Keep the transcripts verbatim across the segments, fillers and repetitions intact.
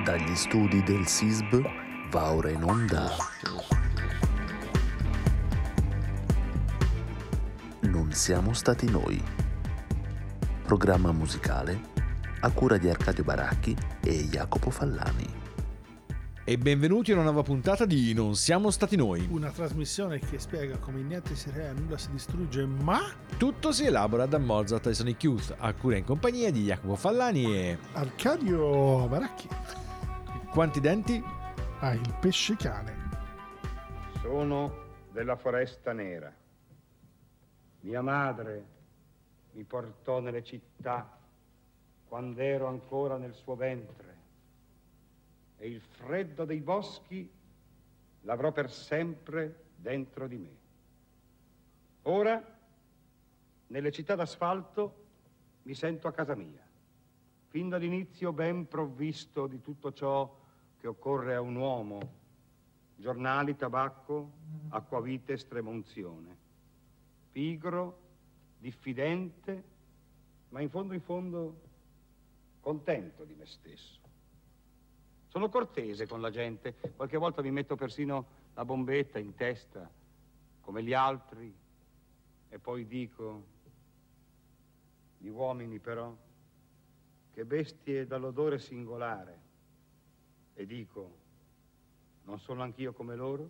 Dagli studi del S I S B va ora in onda Non siamo stati noi. Programma musicale a cura di Arcadio Baracchi e Jacopo Fallani. E benvenuti a una nuova puntata di Non siamo stati noi. Una trasmissione che spiega come niente si crea, nulla si distrugge, ma tutto si elabora da Mozart e Sonic Youth, a cura in compagnia di Jacopo Fallani e Arcadio Baracchi. Quanti denti? Ha il pesce cane. Sono della Foresta Nera. Mia madre mi portò nelle città quando ero ancora nel suo ventre. E il freddo dei boschi l'avrò per sempre dentro di me. Ora, nelle città d'asfalto, mi sento a casa mia, fin dall'inizio ben provvisto di tutto ciò che occorre a un uomo: giornali, tabacco, acquavite, stremunzione. Pigro, diffidente, ma in fondo in fondo contento di me stesso. Sono cortese con la gente, qualche volta mi metto persino la bombetta in testa, come gli altri, e poi dico: gli uomini però, che bestie dall'odore singolare, e dico: non sono anch'io come loro?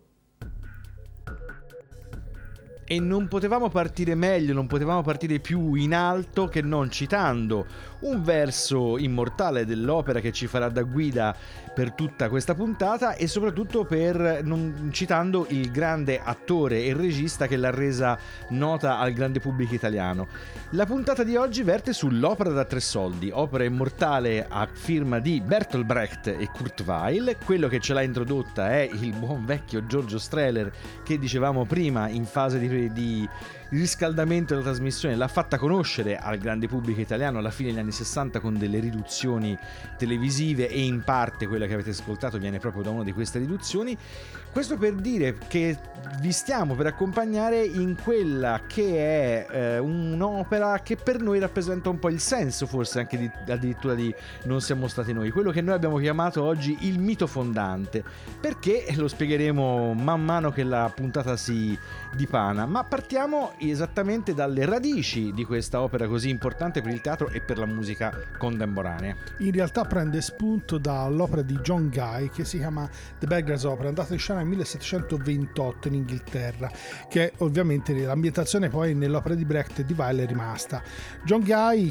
E non potevamo partire meglio, non potevamo partire più in alto che non citando un verso immortale dell'opera che ci farà da guida per tutta questa puntata, e soprattutto per non, citando il grande attore e regista che l'ha resa nota al grande pubblico italiano. La puntata di oggi verte sull'Opera da tre soldi, opera immortale a firma di Bertolt Brecht e Kurt Weill. Quello che ce l'ha introdotta è il buon vecchio Giorgio Strehler, che dicevamo prima in fase di di riscaldamento della trasmissione l'ha fatta conoscere al grande pubblico italiano alla fine degli anni sessanta con delle riduzioni televisive, e in parte quella che avete ascoltato viene proprio da una di queste riduzioni. Questo per dire che vi stiamo per accompagnare in quella che è eh, un'opera che per noi rappresenta un po' il senso, forse anche di, addirittura di Non siamo stati noi, quello che noi abbiamo chiamato oggi il mito fondante, perché lo spiegheremo man mano che la puntata si dipana. Ma partiamo esattamente dalle radici di questa opera così importante per il teatro e per la musica contemporanea. In realtà prende spunto dall'opera di John Guy che si chiama The Beggar's Opera, andata in scena nel millesettecentoventotto in Inghilterra, che ovviamente l'ambientazione poi nell'opera di Brecht e di Weill è rimasta. John Guy,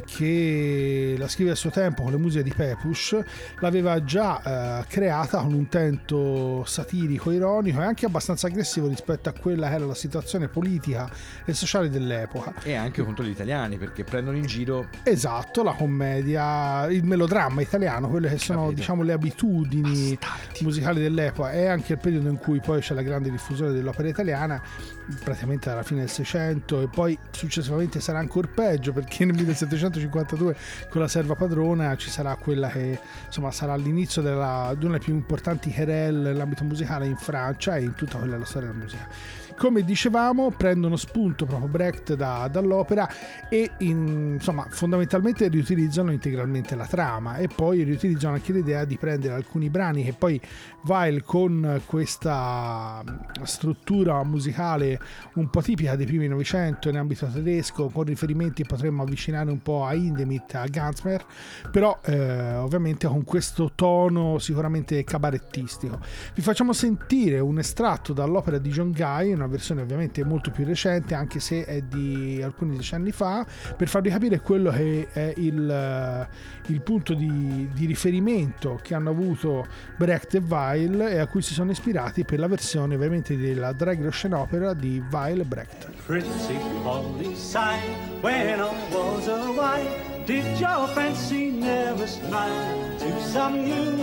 che la scrive a suo tempo con le musiche di Pepusch, l'aveva già eh, creata con un intento satirico, ironico e anche abbastanza aggressivo rispetto a quella che era la situazione politica e sociale dell'epoca, e anche contro gli italiani, perché prendono in giro, esatto, la commedia, il melodramma italiano, quelle che sono, capito, diciamo, le abitudini Bastardi. musicali dell'epoca, e anche il periodo in cui poi c'è la grande diffusione dell'opera italiana, praticamente alla fine del Seicento, e poi successivamente sarà ancora peggio, perché nel millesettecentocinquantadue con la serva padrona ci sarà quella che insomma sarà l'inizio della, di una delle più importanti querelle nell'ambito musicale in Francia e in tutta quella della storia della musica. Come dicevamo, prendono spunto proprio Brecht da, dall'opera e in, insomma fondamentalmente riutilizzano integralmente la trama, e poi riutilizzano anche l'idea di prendere alcuni brani che poi Weill, con questa struttura musicale un po' tipica dei primi Novecento in ambito tedesco, con riferimenti potremmo avvicinare un po' a Hindemith, a Gansmer, però eh, ovviamente con questo tono sicuramente cabarettistico. Vi facciamo sentire un estratto dall'opera di John Guy, una versione ovviamente molto più recente, anche se è di alcuni decenni fa, per farvi capire quello che è il, il punto di, di riferimento che hanno avuto Brecht e Weill e a cui si sono ispirati per la versione ovviamente della Drag Russian Opera di Weill e Brecht. Pretty holy sight, when I was a wife, did your fancy never smile to some new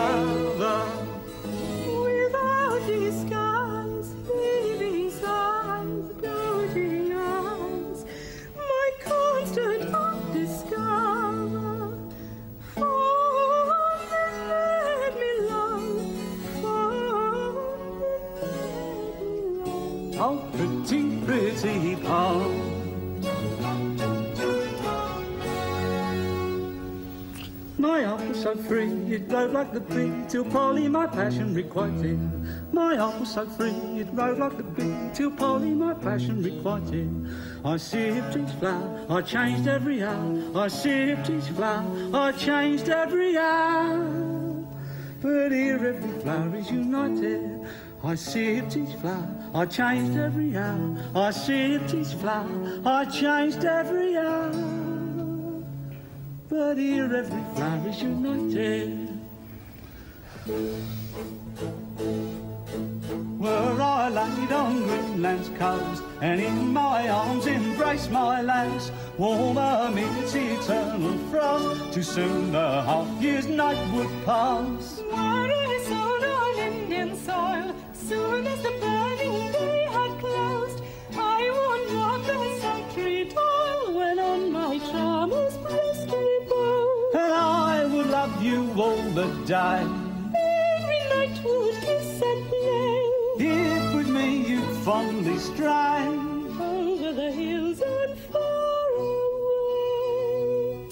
lover? Without disguise, baby's eyes, doting eyes, my constant undiscover. For let me love, for let me love. Oh, pretty, pretty palm. My office so free, it rode like the bee, till Polly my passion requited. My heart was so free, it rode like the bee, till Polly my passion requited. I sipped each flower, I changed every hour. I sipped each flower, I changed every hour. But here every flower is united. I sipped each flower, I changed every hour. I sipped each flower, I changed every hour. But here every flower is united. Were I laid on Greenland's coast, and in my arms embrace my lass, warm amidst eternal frost, too soon the half year's night would pass. Were I sown on Indian soil, soon as the burning day had closed, I would not the sultry toil when on my charmer's breast we bowed. And I would love you all the day, every night would kiss and play, if with me you'd fondly stray over the hills and far away.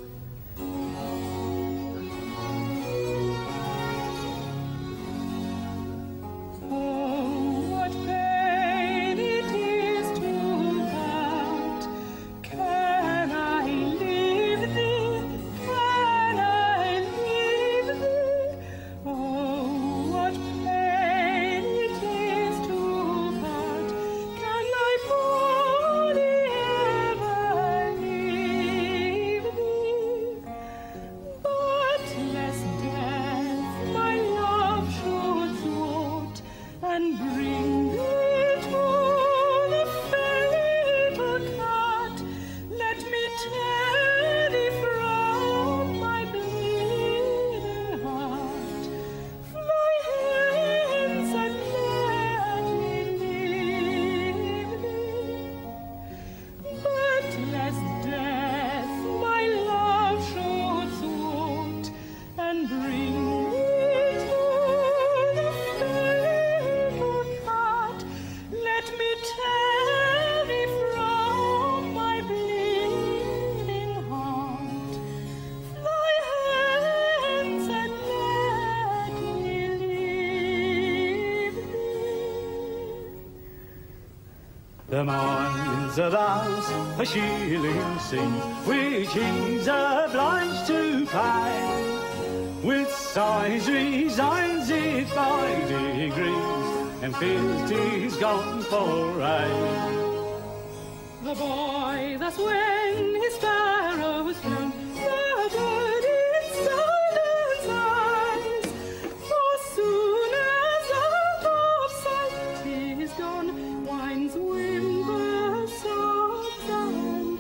Oh, what pain it is to part. Can I leave thee? Can I leave thee? Oh, what pain it is to part. Can I body ever leave thee? But lest death my love should thwart and bring me to the fatal cart, let me tear thee from my bleeding heart. Fly hence and let me leave thee. But lest death my love should thwart and bring me to the fatal cart, let me tear thee from my bleeding heart. Fly hence and let me leave thee. the minds of us a shilling sings, which he's obliged to pay. With sighs resigns it by degrees, and feels 'tis gone for aye. The boy thus when his sparrows flown, the bird in silence eyes, for soon as out of sight 'tis gone, winds, whimpers, sobs and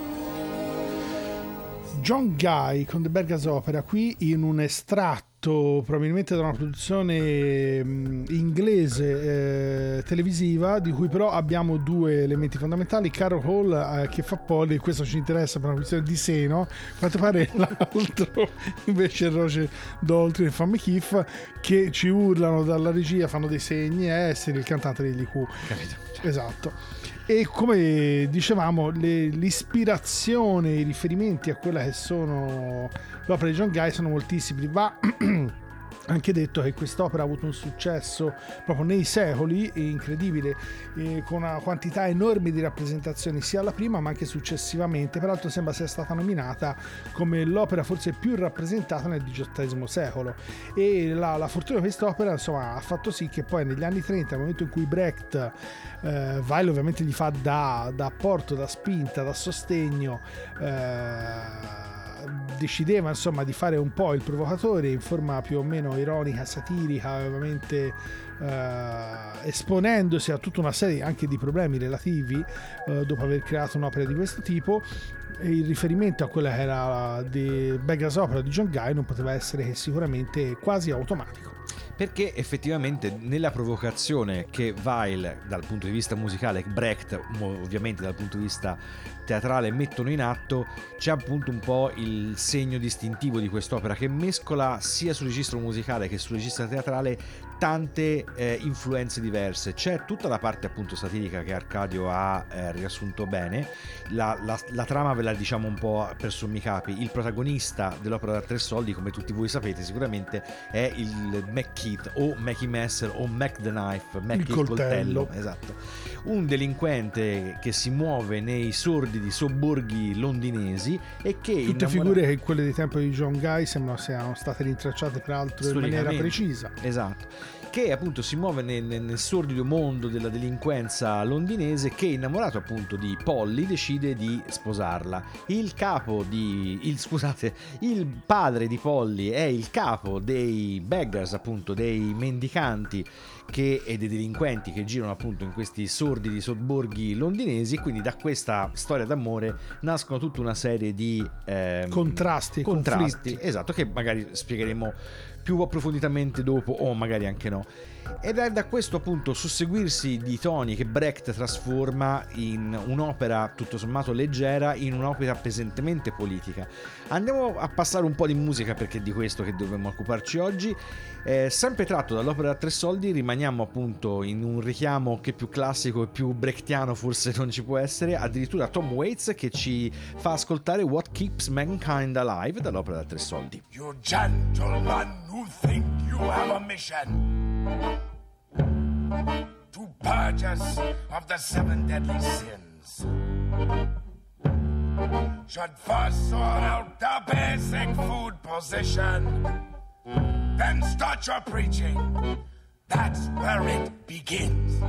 cries. John Guy con The Berghaus Opera, qui in un estratto probabilmente da una produzione mh, inglese eh, televisiva, di cui però abbiamo due elementi fondamentali. Carol Hall eh, che fa Polly, questo ci interessa per una questione di seno, quanto pare l'altro invece è Roger Daltrey e Fammi Keith, che ci urlano dalla regia, fanno dei segni, è essere il cantante degli Who. Capito? Esatto. E come dicevamo, le, l'ispirazione, i riferimenti a quella che sono l'opera di John Guy sono moltissimi. Va anche detto che quest'opera ha avuto un successo proprio nei secoli incredibile, eh, con una quantità enorme di rappresentazioni sia alla prima ma anche successivamente. Peraltro sembra sia stata nominata come l'opera forse più rappresentata nel diciottesimo secolo, e la, la fortuna di quest'opera insomma ha fatto sì che poi negli anni trenta, nel momento in cui Brecht eh, Weill ovviamente gli fa da, da apporto, da spinta, da sostegno, eh, decideva insomma di fare un po' il provocatore in forma più o meno ironica, satirica, ovviamente eh, esponendosi a tutta una serie anche di problemi relativi eh, dopo aver creato un'opera di questo tipo. E il riferimento a quella che era The Berghaus Opera di John Guy non poteva essere che sicuramente quasi automatico, perché effettivamente nella provocazione che Weill dal punto di vista musicale, Brecht ovviamente dal punto di vista teatrale mettono in atto, c'è appunto un po' il segno distintivo di quest'opera, che mescola sia sul registro musicale che sul registro teatrale tante eh, influenze diverse. C'è tutta la parte appunto satirica che Arcadio ha eh, riassunto bene. La, la, la trama ve la diciamo un po' per sommi capi. Il protagonista dell'opera da tre soldi, come tutti voi sapete sicuramente, è il McKeith o Mackie Messer o Mac the Knife, Mac il, il coltello. coltello esatto, un delinquente che si muove nei sordidi sobborghi londinesi e che tutte innamora... figure che quelle dei tempi di John Guy sembrano siano state rintracciate peraltro in maniera precisa, esatto, che appunto si muove nel, nel sordido mondo della delinquenza londinese, che innamorato appunto di Polly decide di sposarla. Il capo di il scusate il padre di Polly è il capo dei beggars, appunto dei mendicanti che, e dei delinquenti che girano appunto in questi sordidi sobborghi londinesi, e quindi da questa storia d'amore nascono tutta una serie di ehm, contrasti, contrasti conflitti. Esatto, che magari spiegheremo più approfonditamente dopo, o magari anche no. Ed è da questo appunto susseguirsi di toni che Brecht trasforma in un'opera tutto sommato leggera in un'opera pesantemente politica. Andiamo a passare un po' di musica, perché è di questo che dovremmo occuparci oggi. Eh, sempre tratto dall'opera da tre soldi, rimaniamo appunto in un richiamo che più classico e più brechtiano forse non ci può essere, addirittura Tom Waits che ci fa ascoltare What Keeps Mankind Alive dall'opera da tre soldi. You gentlemen who think you have a mission to purge us of the seven deadly sins should first sort out the basic food position, then start your preaching. That's where it begins.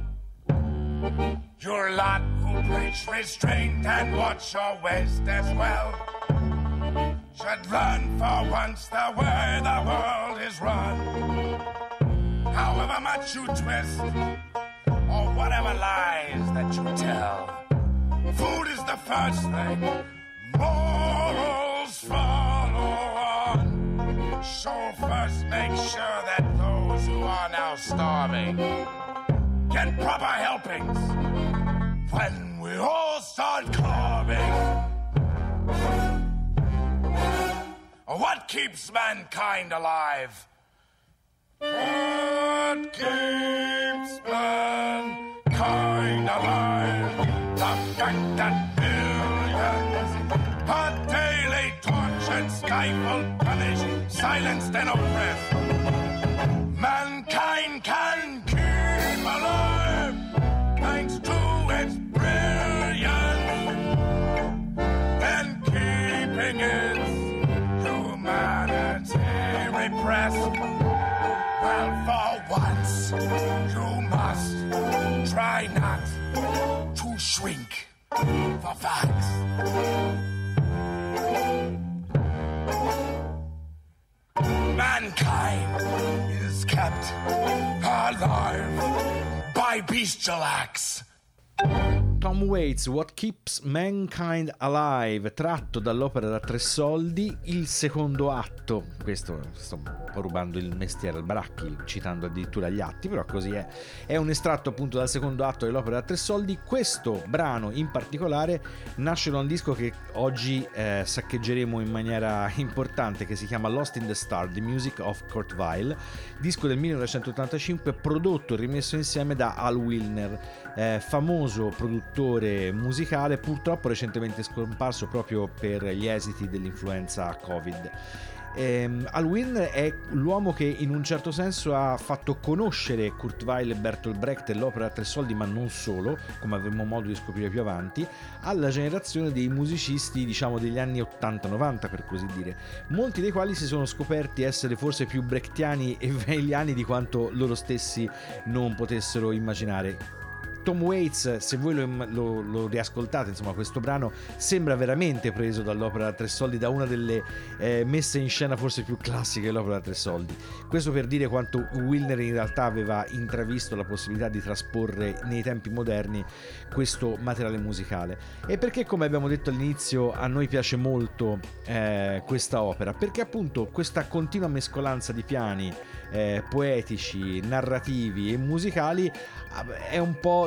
Your lot who preach restraint and watch your waist as well should learn for once the way the world is run. However much you twist, or whatever lies that you tell, food is the first thing, morals follow on. So first make sure that those who are now starving get proper helpings when we all start carving. What keeps mankind alive? What keeps mankind alive? The fact that millions are daily tortured, stifled, punished, silenced and oppressed. Mankind can keep alive thanks to its brilliance and keeping its humanity repressed. Well, for once, you must try not to shrink for facts. Mankind is kept alive by bestial acts. Tom Waits, What Keeps Mankind Alive, tratto dall'opera da tre soldi, il secondo atto. Questo sto un po' rubando il mestiere al Baracchi, citando addirittura gli atti, però così è. È un estratto appunto dal secondo atto dell'opera da tre soldi. Questo brano in particolare nasce da un disco che oggi eh, saccheggeremo in maniera importante, che si chiama Lost in the Star, The Music of Kurt Weill, disco del millenovecentottantacinque, prodotto e rimesso insieme da Al Wilner, eh, famoso produttore musicale, purtroppo recentemente scomparso proprio per gli esiti dell'influenza Covid. ehm, Al Wilner è l'uomo che in un certo senso ha fatto conoscere Kurt Weill e Bertolt Brecht e l'opera a tre soldi, ma non solo, come avremo modo di scoprire più avanti, alla generazione dei musicisti, diciamo, degli anni ottanta novanta, per così dire, molti dei quali si sono scoperti essere forse più brechtiani e veiliani di quanto loro stessi non potessero immaginare. Tom Waits, se voi lo, lo, lo riascoltate, insomma, questo brano sembra veramente preso dall'opera da tre soldi, da una delle eh, messe in scena forse più classiche dell'opera da tre soldi. Questo per dire quanto Wilner in realtà aveva intravisto la possibilità di trasporre nei tempi moderni questo materiale musicale. E perché, come abbiamo detto all'inizio, a noi piace molto eh, questa opera? Perché appunto questa continua mescolanza di piani eh, poetici, narrativi e musicali è un po',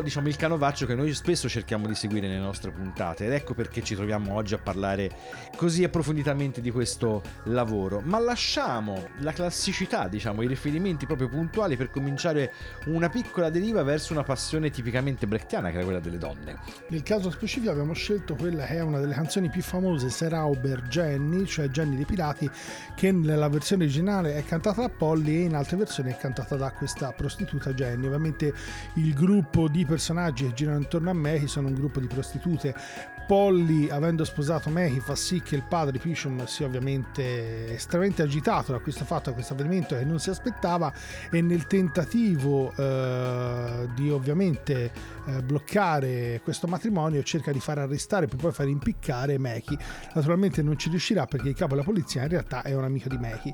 diciamo il canovaccio che noi spesso cerchiamo di seguire nelle nostre puntate, ed ecco perché ci troviamo oggi a parlare così approfonditamente di questo lavoro. Ma lasciamo la classicità, diciamo, i riferimenti proprio puntuali per cominciare una piccola deriva verso una passione tipicamente brechtiana, che era quella delle donne. Nel caso specifico abbiamo scelto quella che è una delle canzoni più famose, Serauber Jenny, cioè Jenny dei Pirati, che nella versione originale è cantata da Polly e in altre versioni è cantata da questa prostituta Jenny. Ovviamente il gruppo di personaggi che girano intorno a Maggie sono un gruppo di prostitute. Polly, avendo sposato Maggie, fa sì che il padre Pisham sia ovviamente estremamente agitato da questo fatto, da questo avvenimento che non si aspettava, e nel tentativo eh, di ovviamente eh, bloccare questo matrimonio cerca di far arrestare per poi far impiccare Maggie. Naturalmente non ci riuscirà perché il capo della polizia in realtà è un amico di Maggie.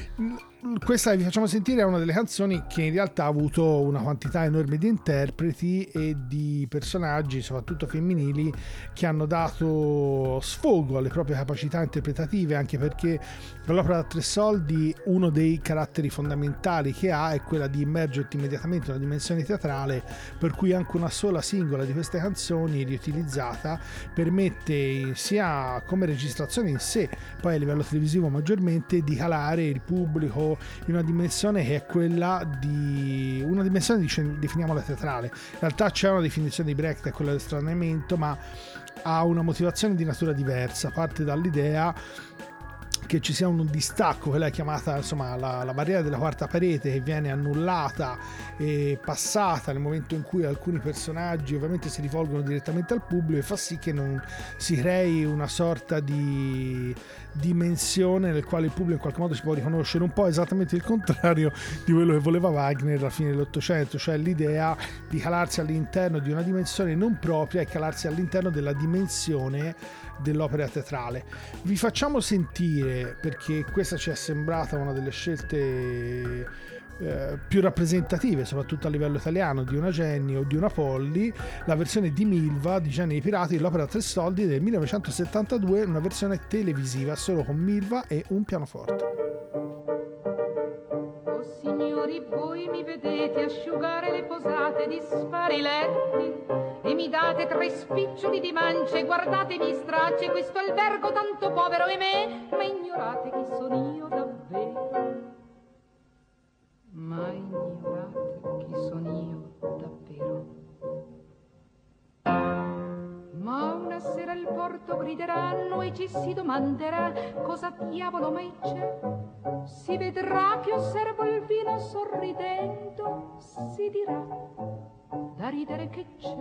Questa che vi facciamo sentire è una delle canzoni che in realtà ha avuto una quantità enorme di interpreti e di personaggi, soprattutto femminili, che hanno dato sfogo alle proprie capacità interpretative, anche perché l'opera da tre soldi, uno dei caratteri fondamentali che ha è quella di immergerti immediatamente in una dimensione teatrale, per cui anche una sola singola di queste canzoni riutilizzata permette, sia come registrazione in sé, poi a livello televisivo maggiormente, di calare il pubblico in una dimensione che è quella di una dimensione, definiamola teatrale. In realtà c'è una definizione di Brecht, è quella del stranamento, ma ha una motivazione di natura diversa, parte dall'idea che ci sia un distacco, che lei è chiamata insomma la, la barriera della quarta parete, che viene annullata e passata nel momento in cui alcuni personaggi ovviamente si rivolgono direttamente al pubblico, e fa sì che non si crei una sorta di dimensione nel quale il pubblico in qualche modo si può riconoscere, un po' esattamente il contrario di quello che voleva Wagner alla fine dell'Ottocento, cioè l'idea di calarsi all'interno di una dimensione non propria e calarsi all'interno della dimensione dell'opera teatrale. Vi facciamo sentire, perché questa ci è sembrata una delle scelte Eh, più rappresentative, soprattutto a livello italiano, di una Jenny o di una Polly, la versione di Milva di Jenny dei Pirati, l'opera a tre soldi del millenovecentosettantadue, una versione televisiva solo con Milva e un pianoforte. Oh signori, voi mi vedete asciugare le posate di spari letti e mi date tre spiccioli di mance, guardate mi stracce questo albergo tanto povero e me, ma ignorate chi sono io davvero. Ma ignorate chi sono io davvero. Ma una sera il porto grideranno e ci si domanderà cosa diavolo mai c'è. Si vedrà che osservo il vino sorridendo, si dirà da ridere che c'è.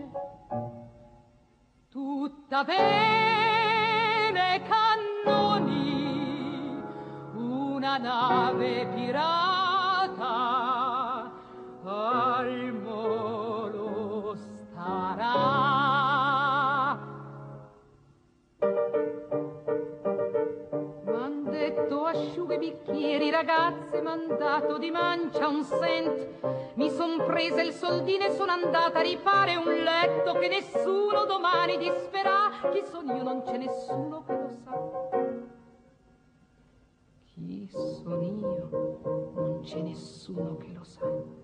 Tutta bene cannoni, una nave pirata al molo starà. M'han detto asciuga i bicchieri ragazze, m'han dato di mancia un cent, mi son presa il soldino e sono andata a rifare un letto che nessuno domani disferà. Chi sono io non c'è nessuno che lo sa. Chi sono io? Non c'è nessuno che lo sa.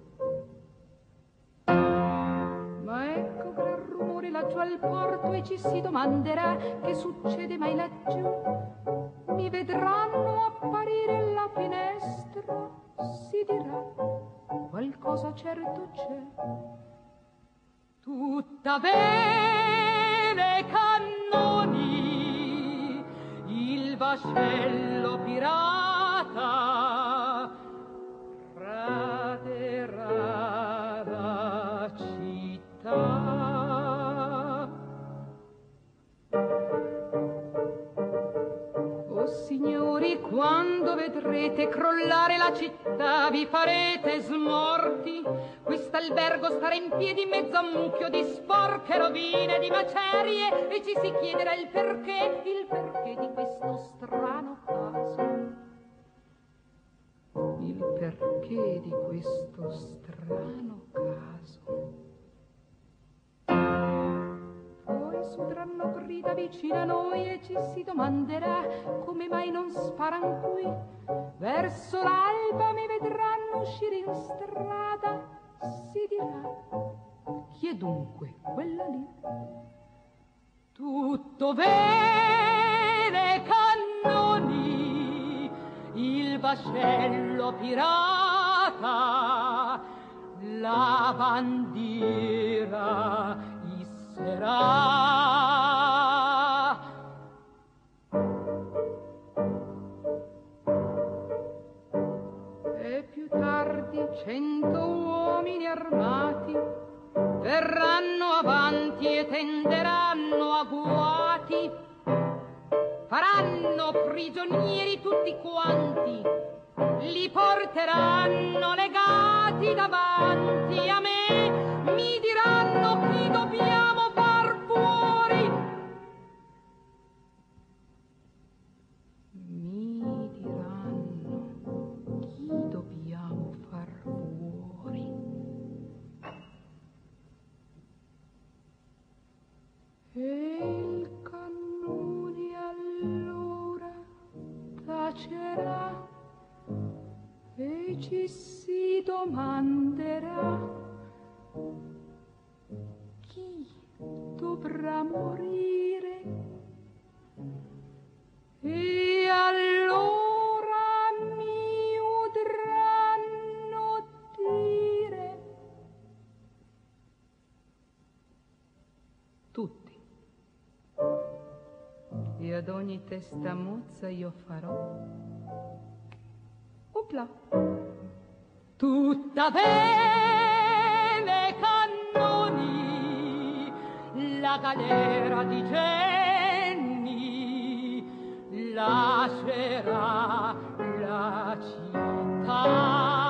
Ma ecco gran rumore laggiù al porto e ci si domanderà che succede mai laggiù. Mi vedranno apparire alla finestra, si dirà qualcosa certo c'è. Tutta bene cannoni, il vascello pirata raderà la città. Oh signori, quando vedrete crollare la città vi farete smorti. Quest'albergo starà in piedi in mezzo a un mucchio di sporche rovine, di macerie, e ci si chiederà il perché, il perché di questo strano caso. Il perché di questo strano caso. Poi sudranno grida vicino a noi e ci si domanderà come mai non sparan qui. Verso l'alba mi vedranno uscire in strada, si dirà Chi è dunque quella lì? Tutto vere cannoni, il vascello pirata, la bandiera isserà. E più tardi cento uomini armati verranno avanti e tenderanno agguati, faranno prigionieri tutti quanti, li porteranno legati davanti a me, mi diranno chi dobbiamo far fuori. Mi diranno chi dobbiamo far fuori. E il cannone allora tacerà e ci si domanderà chi dovrà morire. E allora mi udranno dire tutti. E ad ogni testa mozza io farò opla tutta bene cannoni, la galera di Genni lascerà la città.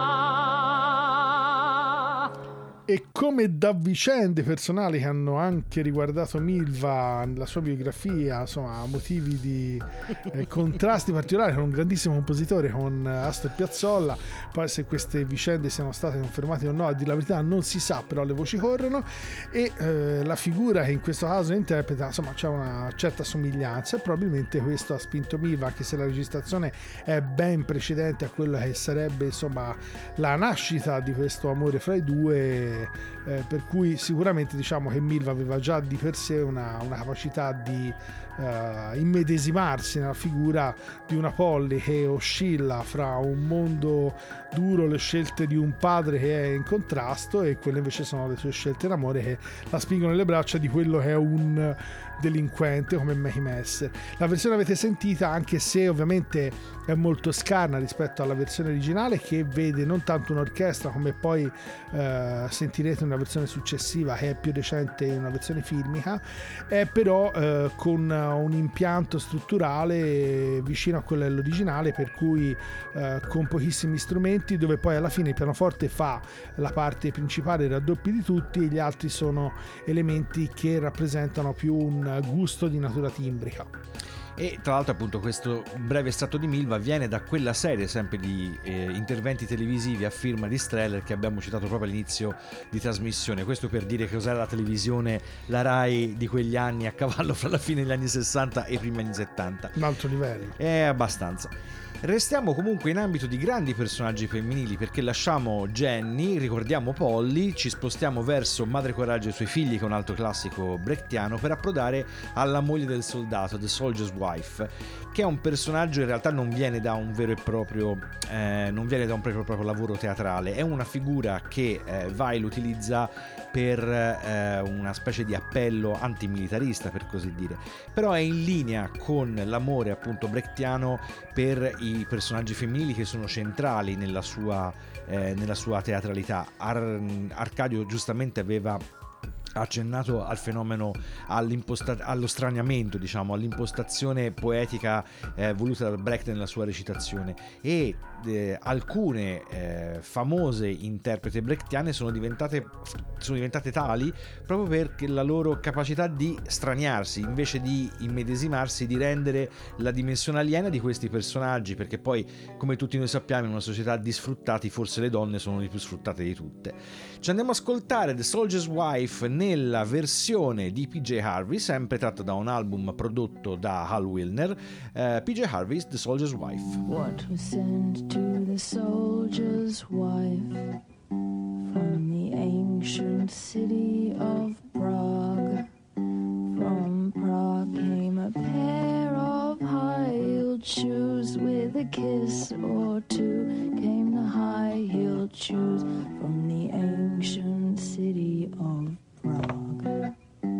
E come da vicende personali che hanno anche riguardato Milva nella sua biografia, insomma, motivi di eh, contrasti particolari con un grandissimo compositore, con Astor Piazzolla. Poi se queste vicende siano state confermate o no, a dire la verità non si sa, però le voci corrono. E eh, la figura che in questo caso interpreta, insomma, c'è una certa somiglianza, e probabilmente questo ha spinto Milva, anche se la registrazione è ben precedente a quello che sarebbe, insomma, la nascita di questo amore fra i due. Eh, per cui sicuramente diciamo che Milva aveva già di per sé una, una capacità di eh, immedesimarsi nella figura di una Polly che oscilla fra un mondo duro, le scelte di un padre che è in contrasto, e quelle invece sono le sue scelte d'amore che la spingono nelle braccia di quello che è un delinquente come Mackie Messer. La versione avete sentita, anche se ovviamente è molto scarna rispetto alla versione originale, che vede non tanto un'orchestra come poi eh, sentirete in una versione successiva che è più recente, in una versione filmica, è però eh, con un impianto strutturale vicino a quello dell'originale, per cui eh, con pochissimi strumenti, dove poi alla fine il pianoforte fa la parte principale, i raddoppi di tutti, e gli altri sono elementi che rappresentano più un gusto di natura timbrica. E tra l'altro appunto questo breve estratto di Milva viene da quella serie sempre di eh, interventi televisivi a firma di Streller che abbiamo citato proprio all'inizio di trasmissione. Questo per dire che cos'era la televisione, la Rai di quegli anni, a cavallo fra la fine degli anni sessanta e i primi anni settanta. Un altro livello. È abbastanza. Restiamo comunque in ambito di grandi personaggi femminili, perché lasciamo Jenny, ricordiamo Polly, ci spostiamo verso Madre Coraggio e i suoi figli, che è un altro classico brechtiano, per approdare alla moglie del soldato, The Soldier's Wife, che è un personaggio in realtà non viene da un vero e proprio eh, non viene da un vero e proprio lavoro teatrale, è una figura che eh, Weill utilizza per eh, una specie di appello antimilitarista, per così dire, però è in linea con l'amore appunto brechtiano per i personaggi femminili che sono centrali nella sua, eh, nella sua teatralità. Ar- Arcadio giustamente aveva accennato al fenomeno, allo straniamento, diciamo, all'impostazione poetica eh, voluta da Brecht nella sua recitazione, e eh, alcune eh, famose interprete brechtiane sono diventate, sono diventate tali proprio per la loro capacità di straniarsi invece di immedesimarsi, di rendere la dimensione aliena di questi personaggi, perché poi, come tutti noi sappiamo, in una società di sfruttati forse le donne sono le più sfruttate di tutte. Ci andiamo a ascoltare The Soldier's Wife nella versione di P J Harvey, sempre tratto da un album prodotto da Hal Willner. uh, P J Harvey's The Soldier's Wife. What was sent to the soldier's wife from the angel ancient city of Prague. From Prague came a pair of high-heeled shoes. With a kiss or two came the high-heeled shoes from the ancient city of Prague.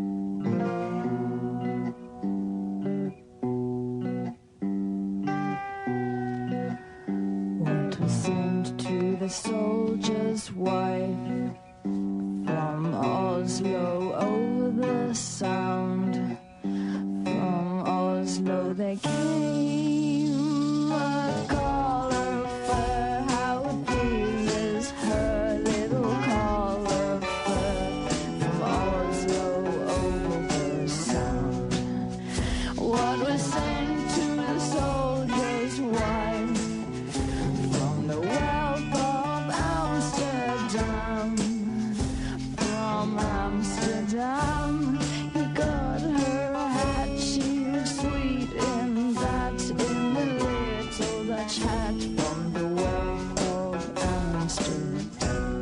What was sent to the soldier's wife from Oslo over the Sound? From Oslo they came, a collar of fur, how it pleases her, little collar of fur, from Oslo over the Sound. What was sent to the soldier's wife from the wealth of Amsterdam? From Amsterdam he got her a hat. She was sweet in that, in the little Dutch hat from the wealth of Amsterdam.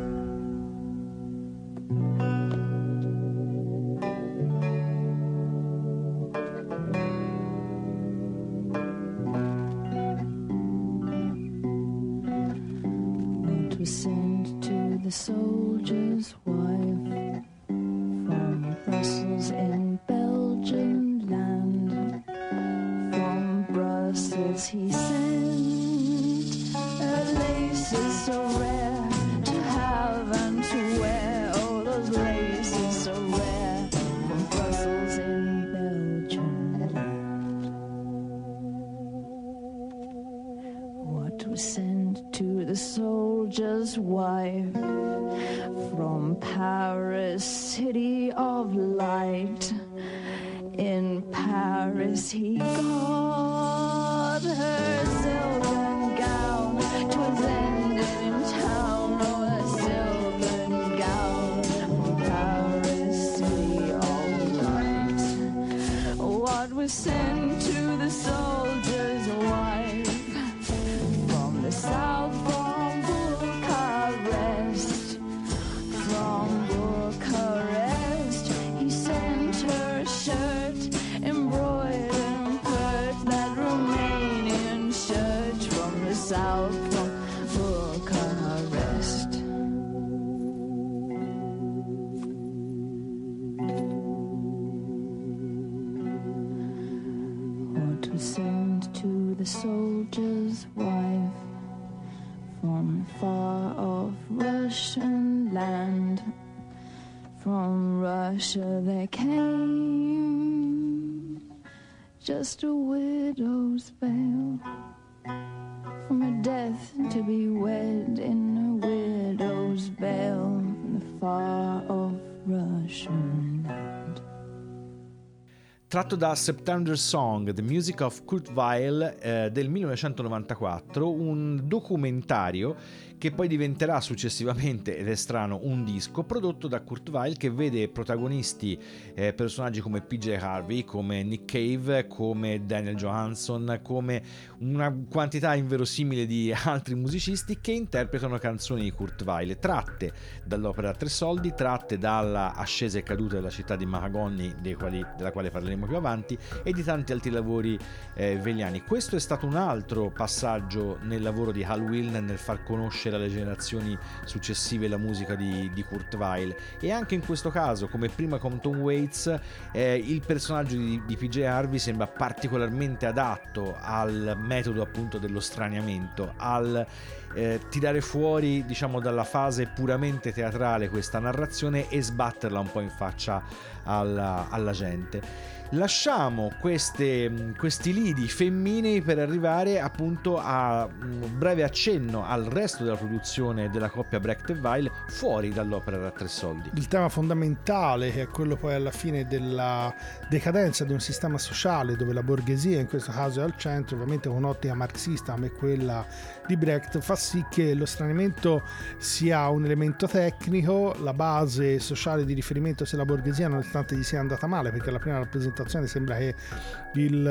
What was sent to the soldier's wife from Brussels in Belgian land? From Brussels he sent her laces so rare to have and to wear. Oh, those laces so rare from Brussels in Belgian land. What was sent to the soldier's wife from Paris, city of light? In Paris he got her silken gown. 'Twas ended in town, oh, a silken gown from Paris, city of light. What was sent to the soldier's wife from the south, from Bucharest? From Bucharest he sent her a shirt embroidered and pert, that Romanian shirt from the south, from Bucharest. What was sent to the soldier's wife from far off Russian land? From Russia they came, just a widow's veil, from a death to be wed in a widow's veil, from the far off Russian land. Tratto da September Song, The Music of Kurt Weill eh, del millenovecentonovantaquattro, un documentario che poi diventerà successivamente, ed è strano, un disco prodotto da Kurt Weill, che vede protagonisti eh, personaggi come P J Harvey, come Nick Cave, come Daniel Johansson, come una quantità inverosimile di altri musicisti che interpretano canzoni di Kurt Weill, tratte dall'opera a tre soldi, tratte dalla Ascesa e caduta della città di Mahagoni, dei quali, della quale parleremo più avanti, e di tanti altri lavori eh, vegliani. Questo è stato un altro passaggio nel lavoro di Hal Wilner nel far conoscere alle generazioni successive la musica di, di Kurt Weill, e anche in questo caso, come prima con Tom Waits, eh, il personaggio di, di P J Harvey sembra particolarmente adatto al metodo appunto dello straniamento, al eh, tirare fuori, diciamo, dalla fase puramente teatrale questa narrazione e sbatterla un po' in faccia alla, alla gente. Lasciamo queste, questi lidi femminei per arrivare appunto a un breve accenno al resto della produzione della coppia Brecht e Weill fuori dall'opera da tre soldi. Il tema fondamentale, che è quello poi alla fine della decadenza di un sistema sociale dove la borghesia in questo caso è al centro, ovviamente con un'ottica marxista come quella di Brecht, fa sì che lo straniamento sia un elemento tecnico, la base sociale di riferimento sia la borghesia, non nonostante gli sia andata male, perché alla prima rappresentazione sembra che il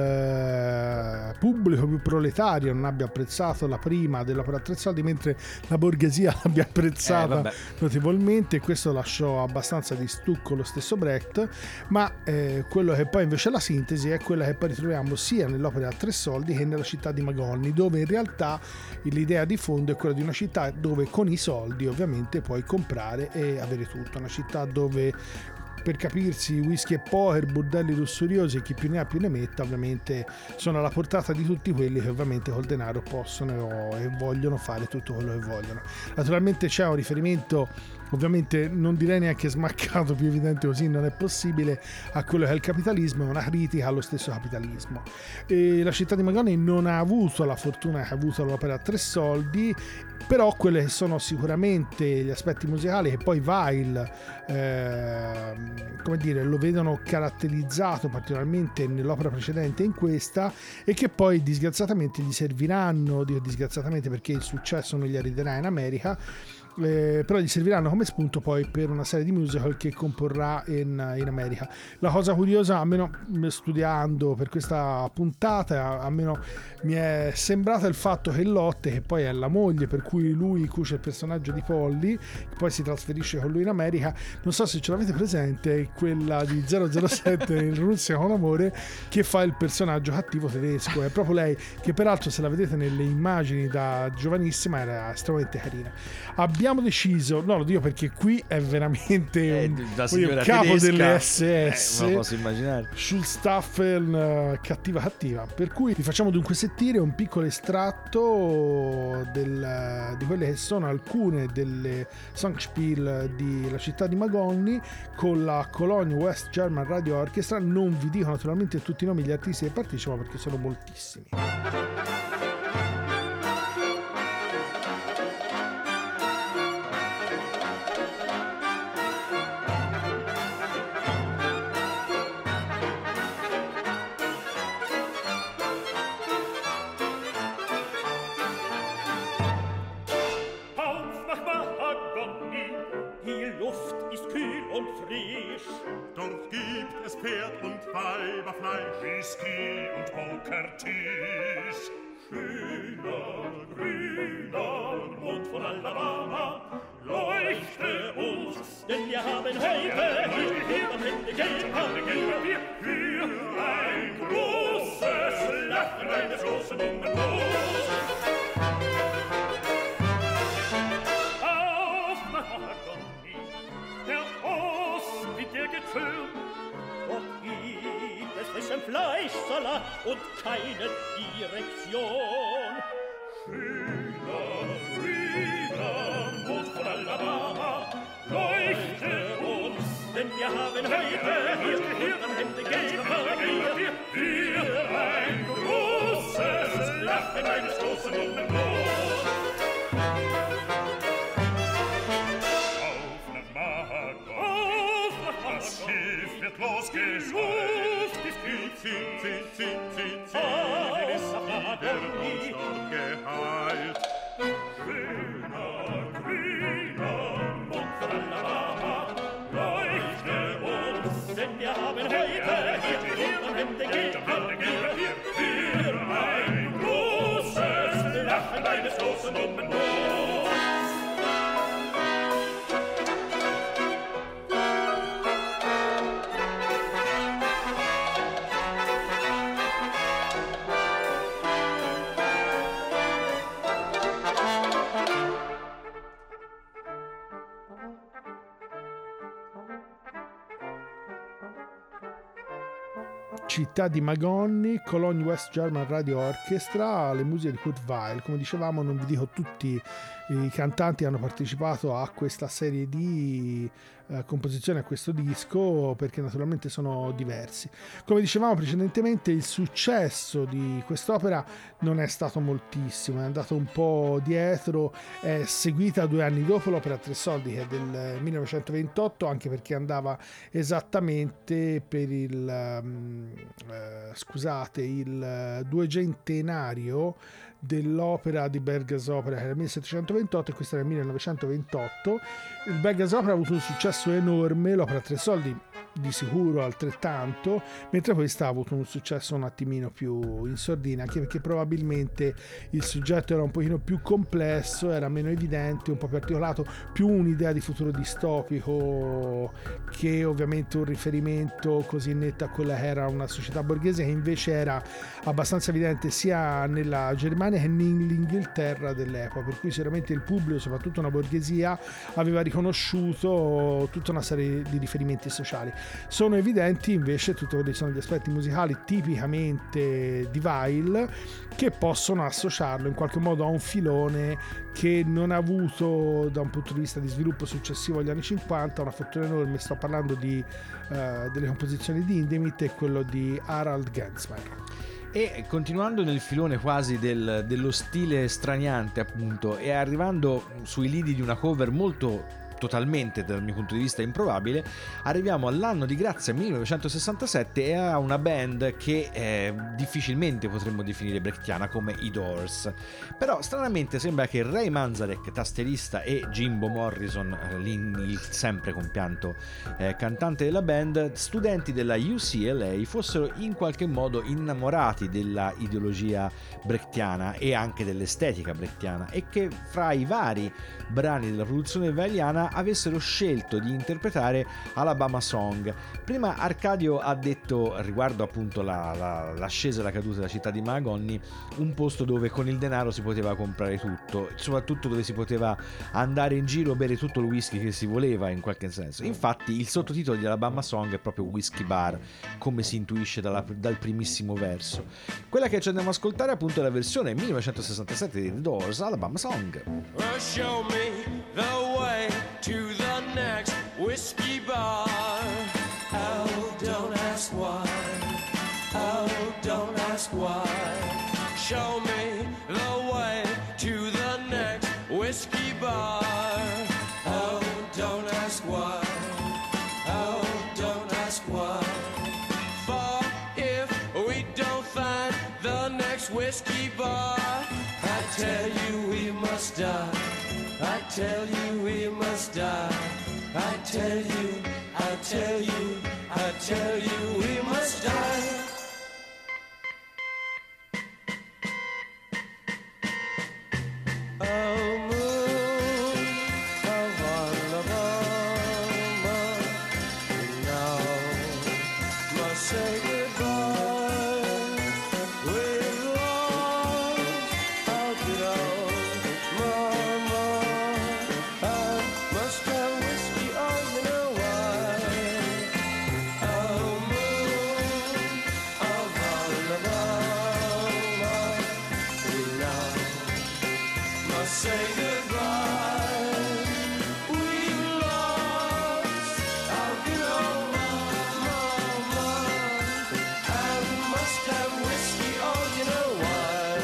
eh, pubblico più proletario non abbia apprezzato la prima dell'opera a tre soldi, mentre la borghesia l'abbia apprezzata eh, notevolmente, e questo lasciò abbastanza di stucco lo stesso Brecht. Ma eh, quello che poi invece è la sintesi è quella che poi ritroviamo sia nell'opera a tre soldi che nella città di Magonni, dove in realtà l'idea di fondo è quella di una città dove con i soldi ovviamente puoi comprare e avere tutto, una città dove, per capirsi, whisky e poker, bordelli lussuriosi e chi più ne ha più ne metta ovviamente sono alla portata di tutti quelli che ovviamente col denaro possono e vogliono fare tutto quello che vogliono. Naturalmente c'è un riferimento, ovviamente non direi neanche smaccato, più evidente così non è possibile, a quello che è il capitalismo, è una critica allo stesso capitalismo. E la città di Magonni non ha avuto la fortuna che ha avuto l'opera a tre soldi, però quelle che sono sicuramente gli aspetti musicali che poi Weill eh, come dire, lo vedono caratterizzato particolarmente nell'opera precedente e in questa, e che poi disgraziatamente gli serviranno, dico disgraziatamente perché il successo non gli arriverà in America, Eh, però gli serviranno come spunto poi per una serie di musical che comporrà in, in America. La cosa curiosa, almeno studiando per questa puntata, almeno mi è sembrato il fatto che Lotte, che poi è la moglie per cui lui cuce il personaggio di Polly, che poi si trasferisce con lui in America, non so se ce l'avete presente, è quella di zero zero sette in Russia con amore, che fa il personaggio cattivo tedesco. È proprio lei, che peraltro, se la vedete nelle immagini da giovanissima, era estremamente carina. Abbiamo deciso, no, lo dico perché qui è veramente eh, un, un capo tedesca, delle S S, eh, lo posso immaginare, Schulstaffel, uh, cattiva cattiva, per cui vi facciamo dunque sentire un piccolo estratto del, di quelle che sono alcune delle Songspiel di La città di Magonni con la Cologne West German Radio Orchestra. Non vi dico naturalmente tutti i nomi degli artisti che partecipano perché sono moltissimi. Dort gibt es Pferd und Weiberfleisch, Whisky und Pokertisch. Schöner, grüner Mond von Alabama, leuchte uns, denn wir haben heute hier am Ende Geld für ein großes Lachen eines großen Hungerlos. Auf Mahagoni, der Ost, wie der Getürm, dort gibt es frischen Fleischsalat und keine Direktion. Schöner, grüner Mond von Alabama, leuchte uns, denn wir haben heute hier, hier am Ende Geld Papier für ein großes Lachen eines großen Hungerlos. Auf nach Mahagoni, auf nach Mahagoni, das Schiff wird losgeschweift, die Krieg, zieht, zieht, zieht, zieht, zieht, ist wieder uns dort geheilt. Schöner, grüner Mond von Alabama, leuchte uns, denn wir haben heute hier, hier am Ende Geld Papier für ein großes Lachen eines großen Hungerlos. Città di Magonni, Cologne West German Radio Orchestra, le musiche di Kurt Weill. Come dicevamo, non vi dico tutti i cantanti che hanno partecipato a questa serie di eh, composizioni, a questo disco, perché naturalmente sono diversi. Come dicevamo precedentemente, il successo di quest'opera non è stato moltissimo, è andato un po' dietro, è seguita due anni dopo l'opera a tre soldi, che è del millenovecentoventotto, anche perché andava esattamente per il um, eh, scusate il duecentenario dell'opera di Bergers Opera, che era il millesettecentoventotto, e questo era il millenovecentoventotto. Il Bergers Opera ha avuto un successo enorme, l'opera a tre soldi di sicuro altrettanto, mentre questa ha avuto un successo un attimino più in sordina, anche perché probabilmente il soggetto era un pochino più complesso, era meno evidente, un po' più articolato, più un'idea di futuro distopico che ovviamente un riferimento così netto a quella che era una società borghese, che invece era abbastanza evidente sia nella Germania che nell'Inghilterra dell'epoca, per cui sicuramente il pubblico, soprattutto una borghesia, aveva riconosciuto tutta una serie di riferimenti sociali. Sono evidenti invece tutti quelli che sono gli aspetti musicali tipicamente di Weill, che possono associarlo in qualche modo a un filone che non ha avuto, da un punto di vista di sviluppo successivo agli anni cinquanta, una fortuna enorme. Sto parlando di, uh, delle composizioni di Hindemith e quello di Harald Gensmer. E continuando nel filone quasi del, dello stile straniante, appunto, e arrivando sui lidi di una cover molto totalmente, dal mio punto di vista, improbabile, arriviamo all'anno di grazia millenovecentosessantasette e a una band che eh, difficilmente potremmo definire brechtiana come i Doors. Però stranamente sembra che Ray Manzarek, tasterista, e Jimbo Morrison, il sempre compianto eh, cantante della band, studenti della U C L A, fossero in qualche modo innamorati della ideologia brechtiana e anche dell'estetica brechtiana, e che fra i vari brani della produzione weiliana avessero scelto di interpretare Alabama Song. Prima Arcadio ha detto riguardo appunto la, la, l'ascesa e la caduta della città di Mahagoni, un posto dove con il denaro si poteva comprare tutto, soprattutto dove si poteva andare in giro a bere tutto il whisky che si voleva, in qualche senso. Infatti il sottotitolo di Alabama Song è proprio Whiskey Bar, come si intuisce dalla, dal primissimo verso. Quella che ci andiamo ad ascoltare appunto è la versione millenovecentosessantasette di The Doors, Alabama Song. Well, show me the way to the next whiskey bar. Oh, don't ask why. Oh, don't ask why. Show me the way to the next whiskey bar. Oh, don't ask why. Oh, don't ask why. For if we don't find the next whiskey bar, I tell you we must die. I tell you we must die. I tell you, I tell you, I tell you we must die. Oh, moon of Alabama, we now must say goodbye. We've lost our good old mama. I must have whiskey, oh, you know why. Oh, moon of Alabama, we now must say goodbye. We've lost our good old mama. I must have whiskey, oh, you know why.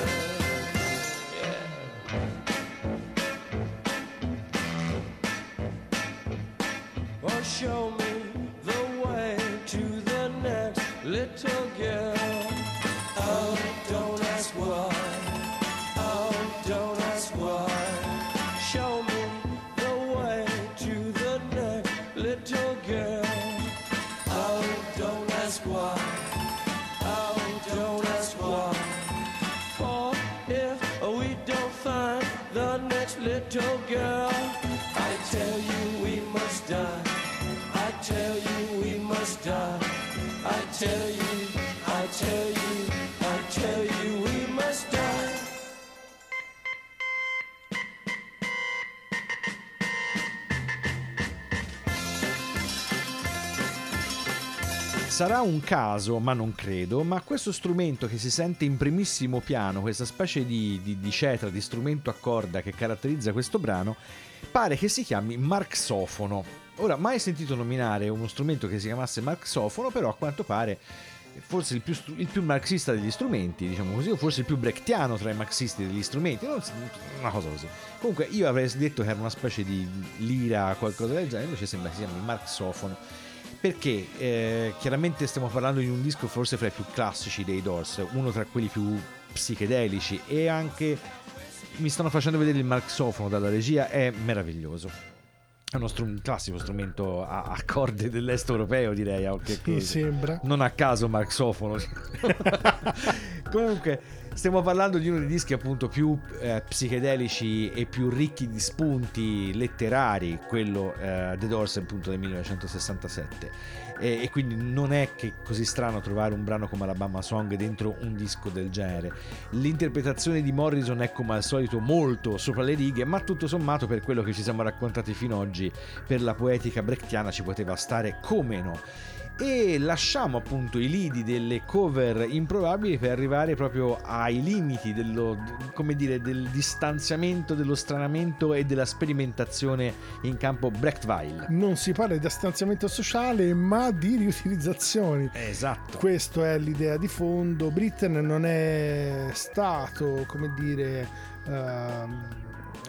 Yeah. Oh, show me the way to the next little girl. Oh, don't ask why. Oh, don't ask why. Show me the way to the next little girl. Oh, don't ask why. Oh, don't ask why. For if we don't find the next little girl, I tell you we must die. I tell you we must die. I tell you, I tell you, I tell you we must die. Sarà un caso, ma non credo, ma questo strumento che si sente in primissimo piano, questa specie di, di, di cetra, di strumento a corda che caratterizza questo brano, pare che si chiami marxofono. Ora, mai sentito nominare uno strumento che si chiamasse marxofono, però a quanto pare forse il più, il più marxista degli strumenti, diciamo così, o forse il più brechtiano tra i marxisti degli strumenti, non, una cosa così. Comunque io avrei detto che era una specie di lira, qualcosa del genere, invece sembra che si chiami marxofono. Perché eh, chiaramente stiamo parlando di un disco forse fra i più classici dei Doors, uno tra quelli più psichedelici, e anche mi stanno facendo vedere il marxofono dalla regia, è meraviglioso. È uno str- un classico strumento a, a corde dell'est europeo, direi. Che Mi sembra. Non a caso marxofono. Comunque stiamo parlando di uno dei dischi appunto più eh, psichedelici e più ricchi di spunti letterari, quello eh, The Doors appunto del millenovecentosessantasette, e, e quindi non è che così strano trovare un brano come Alabama Song dentro un disco del genere. L'interpretazione di Morrison è come al solito molto sopra le righe, ma tutto sommato per quello che ci siamo raccontati fino ad oggi, per la poetica brechtiana ci poteva stare come no. E lasciamo appunto i lidi delle cover improbabili per arrivare proprio ai limiti dello, come dire, del distanziamento, dello stranamento e della sperimentazione in campo Brechtweil. Non si parla di distanziamento sociale, ma di riutilizzazioni. Esatto. Questa è l'idea di fondo. Britten non è stato, come dire, uh,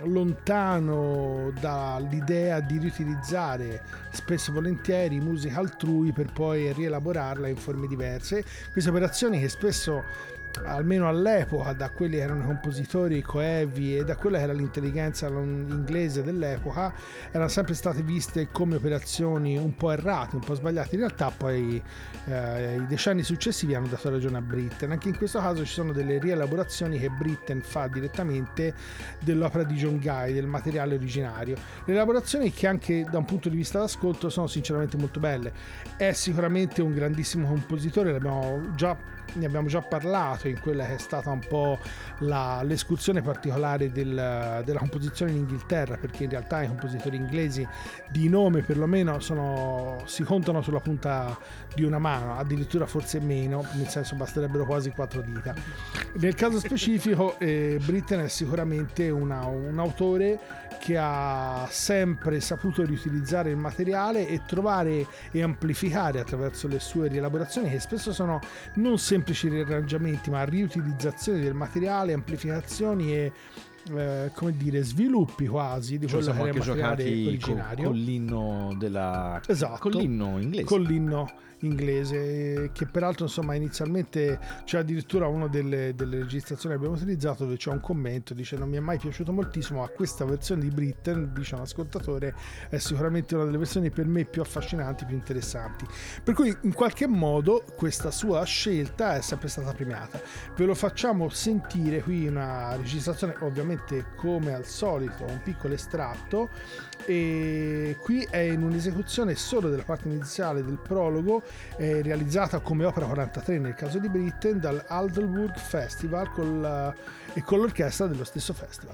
lontano dall'idea di riutilizzare spesso e volentieri musica altrui per poi rielaborarla in forme diverse. Queste operazioni che spesso, almeno all'epoca, da quelli che erano i compositori coevi e da quella che era l'intelligenza inglese dell'epoca, erano sempre state viste come operazioni un po' errate, un po' sbagliate. In realtà poi eh, i decenni successivi hanno dato ragione a Britten. Anche in questo caso ci sono delle rielaborazioni che Britten fa direttamente dell'opera di John Guy, del materiale originario. Le elaborazioni che anche da un punto di vista d'ascolto sono sinceramente molto belle. È sicuramente un grandissimo compositore, l'abbiamo già ne abbiamo già parlato in quella che è stata un po' la, l'escursione particolare del, della composizione in Inghilterra, perché in realtà i compositori inglesi di nome perlomeno sono, si contano sulla punta di una mano, addirittura forse meno, nel senso basterebbero quasi quattro dita. Nel caso specifico eh, Britten è sicuramente una, un autore che ha sempre saputo riutilizzare il materiale e trovare e amplificare attraverso le sue rielaborazioni, che spesso sono non semplici riarrangiamenti ma riutilizzazioni del materiale, amplificazioni e eh, come dire sviluppi quasi di quello che era il materiale originario con, con l'inno della esatto, con l'inno inglese con l'inno inglese, che peraltro insomma inizialmente c'è addirittura una delle, delle registrazioni che abbiamo utilizzato dove c'è un commento, dice: non mi è mai piaciuto moltissimo, ma questa versione di Britten, dice un ascoltatore, è sicuramente una delle versioni per me più affascinanti, più interessanti, per cui in qualche modo questa sua scelta è sempre stata premiata. Ve lo facciamo sentire qui, una registrazione ovviamente come al solito un piccolo estratto, e qui è in un'esecuzione solo della parte iniziale del prologo, eh, realizzata come opera quarantatré nel caso di Britten dal Aldeburgh Festival con la, e con l'orchestra dello stesso festival.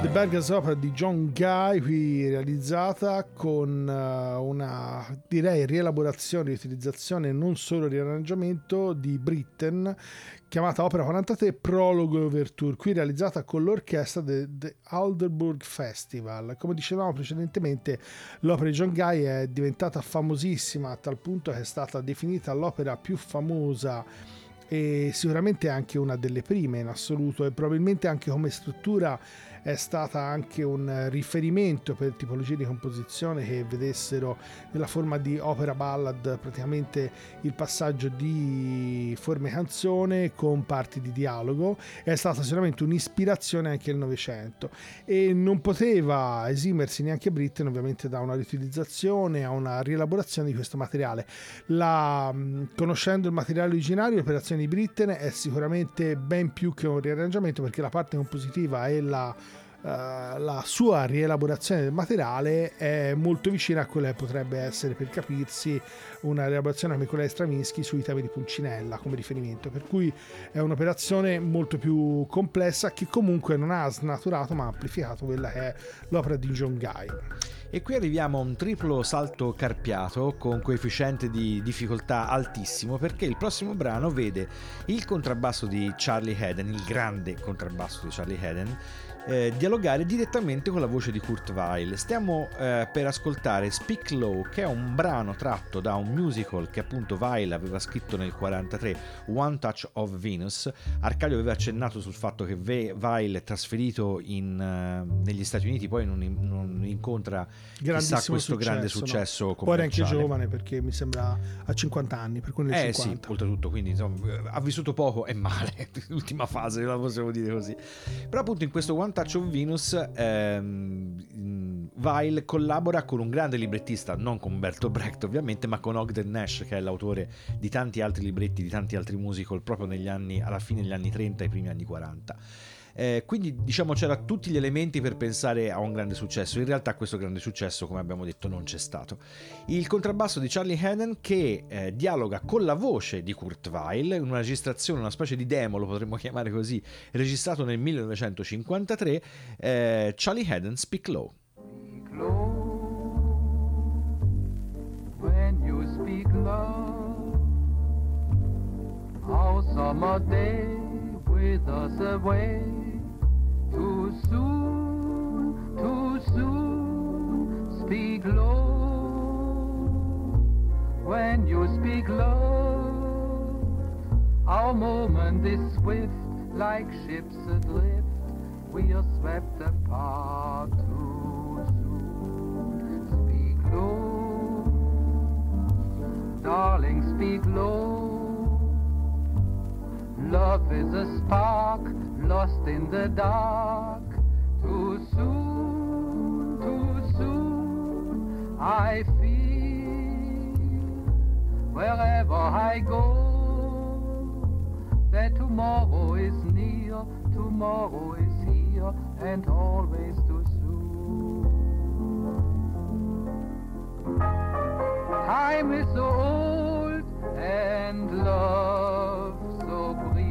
Bergerac Opera di John Guy, qui realizzata con uh, una, direi, rielaborazione, riutilizzazione, non solo riarrangiamento di Britten, chiamata Opera quarantatré Prologo e Overture, qui realizzata con l'orchestra del Aldeburgh Festival. Come dicevamo precedentemente, l'opera di John Guy è diventata famosissima a tal punto che è stata definita l'opera più famosa e sicuramente anche una delle prime in assoluto, e probabilmente anche come struttura è stata anche un riferimento per tipologie di composizione che vedessero nella forma di opera ballad praticamente il passaggio di forme canzone con parti di dialogo. È stata sicuramente un'ispirazione anche nel Novecento e non poteva esimersi neanche Britten ovviamente da una riutilizzazione, a una rielaborazione di questo materiale. La, conoscendo il materiale originario, l'operazione di Britten è sicuramente ben più che un riarrangiamento, perché la parte compositiva e la Uh, la sua rielaborazione del materiale è molto vicina a quella che potrebbe essere, per capirsi, una rielaborazione come quella di Stravinsky sui temi di Pulcinella come riferimento, per cui è un'operazione molto più complessa che comunque non ha snaturato ma amplificato quella che è l'opera di John Guy. E qui arriviamo a un triplo salto carpiato con coefficiente di difficoltà altissimo, perché il prossimo brano vede il contrabbasso di Charlie Haden, il grande contrabbasso di Charlie Haden, eh, dialogare direttamente con la voce di Kurt Weill. Stiamo eh, per ascoltare Speak Low, che è un brano tratto da un musical che appunto Weill aveva scritto nel quarantatré, One Touch of Venus. Arcadio aveva accennato sul fatto che Weill è trasferito in, uh, negli Stati Uniti, poi non, in, non incontra chissà questo successo, grande successo no. commerciale. Poi era anche giovane, perché mi sembra a cinquanta anni, per cui nel eh cinquanta. sì, oltretutto, quindi insomma, ha vissuto poco e male, l'ultima fase, la possiamo dire così. Però appunto in questo One Touch of Venus ehm, Weill collabora con un grande librettista, non con Bertolt Brecht ovviamente, ma con Ogden Nash, che è l'autore di tanti altri libretti, di tanti altri musical, proprio negli anni, alla fine degli anni trenta e i primi anni quaranta. Eh, quindi diciamo c'era tutti gli elementi per pensare a un grande successo. In realtà questo grande successo, come abbiamo detto, non c'è stato. Il contrabbasso di Charlie Haden, che eh, dialoga con la voce di Kurt Weill in una registrazione, una specie di demo, lo potremmo chiamare così, registrato nel millenovecentocinquantatré. eh, Charlie Haden, Speak Low. Speak low, when you speak low, how summer day withers away. Too soon, too soon, speak low. When you speak low, our moment is swift, like ships adrift. We are swept apart too soon. Speak low, darling, speak low. Love is a spark lost in the dark. Too soon, too soon, I feel wherever I go that tomorrow is near, tomorrow is here, and always too soon. Time is so old and love so brief.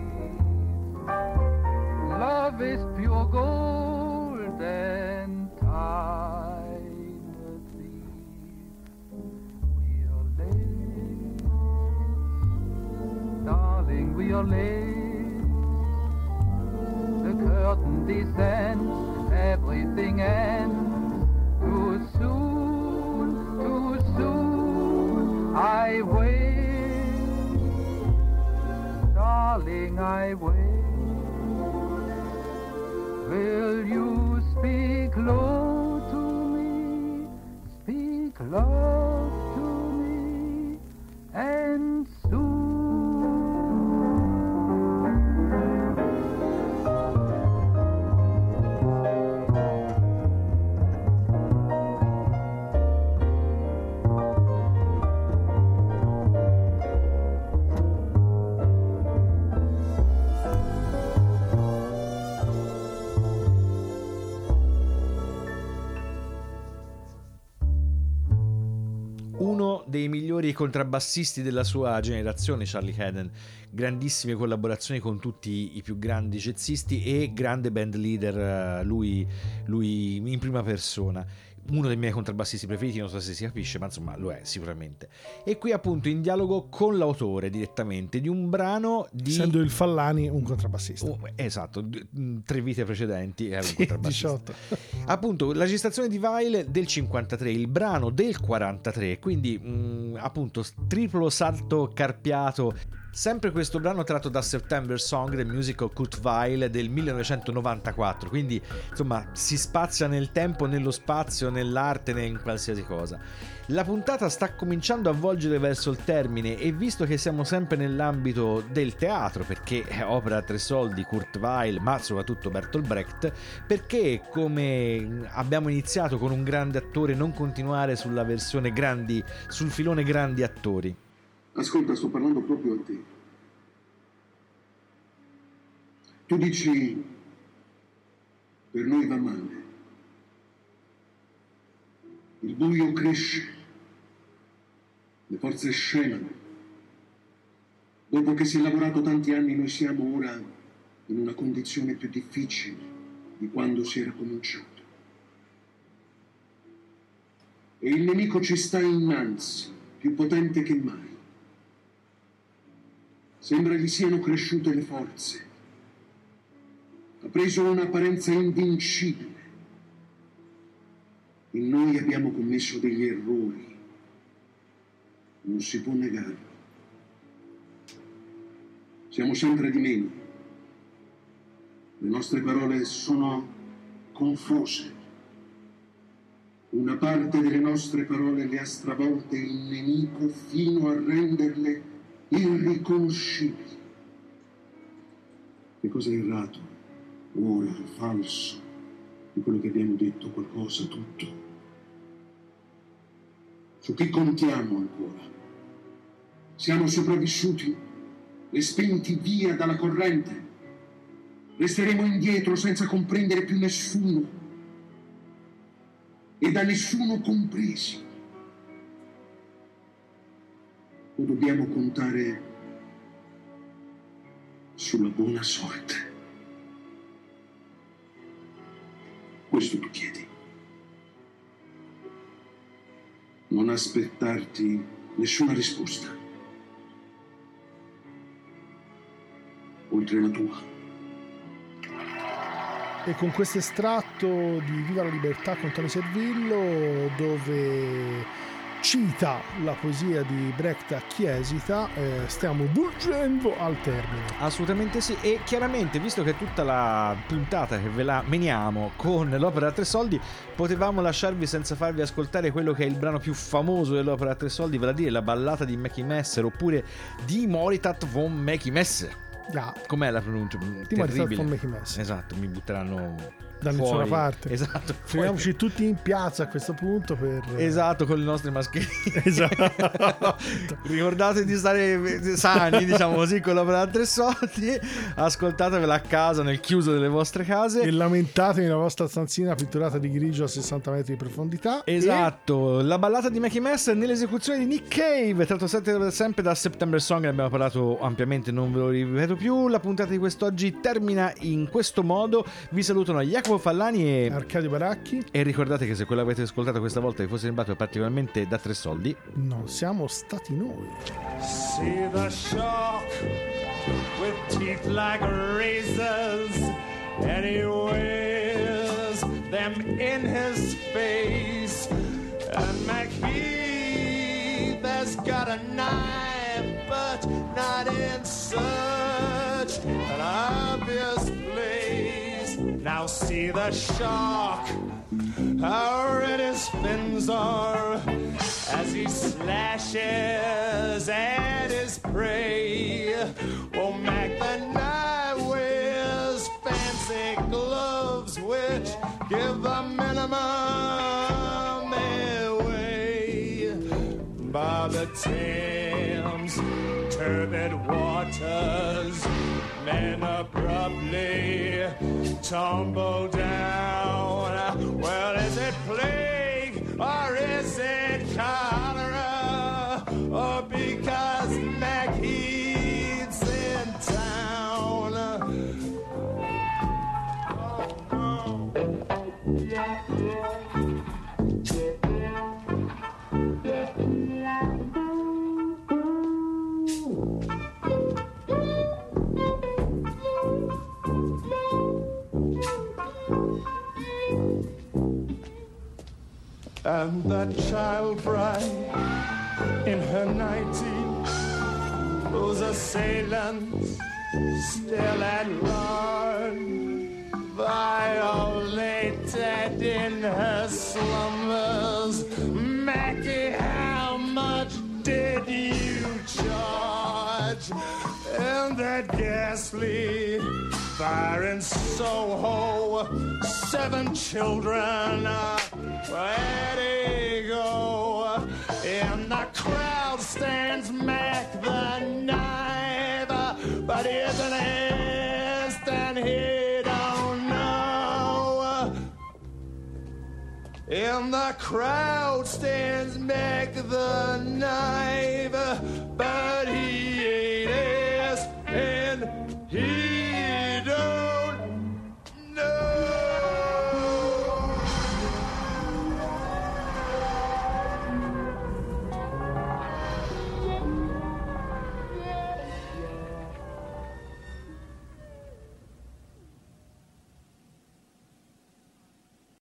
Love is pure gold and time a thief. We are late, darling, we are late. The curtain descends, everything ends. Too soon, too soon, I wait, darling, I wait. Will you speak low to me, speak love to me, and soon. Dei migliori contrabbassisti della sua generazione, Charlie Haden, grandissime collaborazioni con tutti i più grandi jazzisti e grande band leader, lui, lui in prima persona. Uno dei miei contrabbassisti preferiti, non so se si capisce, ma insomma lo è sicuramente. E qui appunto in dialogo con l'autore direttamente di un brano di... Essendo il Fallani un contrabbassista. Oh, esatto, tre vite precedenti era un Sì, contrabbassista. diciotto. Appunto la registrazione di Weil del cinquantatré, il brano del quarantatré, quindi mh, appunto triplo salto carpiato. Sempre questo brano tratto da September Song del musical Kurt Weill del millenovecentonovantaquattro, quindi insomma si spazia nel tempo, nello spazio, nell'arte, in qualsiasi cosa. La puntata sta cominciando a volgere verso il termine e visto che siamo sempre nell'ambito del teatro, perché è opera a tre soldi Kurt Weill, ma soprattutto Bertolt Brecht, perché come abbiamo iniziato con un grande attore non continuare sulla versione grandi, sul filone grandi attori? Ascolta, sto parlando proprio a te. Tu dici, per noi va male. Il buio cresce, le forze scemano. Dopo che si è lavorato tanti anni, noi siamo ora in una condizione più difficile di quando si era cominciato. E il nemico ci sta innanzi, più potente che mai. Sembra gli siano cresciute le forze. Ha preso un'apparenza invincibile. E noi abbiamo commesso degli errori. Non si può negarlo. Siamo sempre di meno. Le nostre parole sono confuse. Una parte delle nostre parole le ha stravolte il nemico fino a renderle irriconoscibili. Che cosa è errato, ora, falso, di quello che abbiamo detto, qualcosa, tutto? Su chi contiamo ancora? Siamo sopravvissuti, respinti via dalla corrente? Resteremo indietro senza comprendere più nessuno e da nessuno compresi? O dobbiamo contare sulla buona sorte? Questo tu chiedi. Non aspettarti nessuna risposta, oltre la tua. E con questo estratto di Viva la Libertà con Tony Servillo, dove cita la poesia di Brecht a Chi esita, eh, stiamo giungendo al termine. Assolutamente sì, e chiaramente visto che tutta la puntata che ve la meniamo con l'opera a tre soldi, potevamo lasciarvi senza farvi ascoltare quello che è il brano più famoso dell'opera a tre soldi, vale a dire la ballata di Mackie Messer, oppure di Moritat von Mackie Messer. Yeah. Com'è la pronuncia? Di Moritat von Mackie Messer. Esatto, mi butteranno da fuori. nessuna parte. Esatto. Fermiamoci tutti in piazza a questo punto per... Esatto, con le nostre mascherine. Esatto. Ricordate di stare sani, diciamo così, con l'opera a tre soldi. Ascoltatevela a casa, nel chiuso delle vostre case. E lamentatevi nella vostra stanzina pitturata di grigio a sessanta metri di profondità. Esatto, e... la ballata di Mackie Messer nell'esecuzione di Nick Cave, tratto sempre da September Song, ne abbiamo parlato ampiamente, non ve lo ripeto più. La puntata di quest'oggi termina in questo modo. Vi salutano Jacopo Fallani e Arcadio Baracchi. E ricordate che se quello avete ascoltato questa volta vi fosse sembrato particolarmente da tre soldi, non siamo stati noi. See the shark with teeth like razors, and he wears them in his face. And McHeath has got a knife, but not in such an obvious place. Now see the shark, how red his fins are, as he slashes at his prey. Oh, Mac the Knife wears fancy gloves which give the minimum away. By the Thames, turbid waters, men abruptly tumble down. Well, is it plague or is it cholera? Or because McHeath's and that child bride in her nightie, those assailants still at large, violated in her slumbers. Mackie, how much did you charge? And that ghastly fire in Soho, seven children, uh, where'd he go? In the crowd stands Mac the knife, uh, but he's an instant he don't know. In the crowd stands Mac the knife, but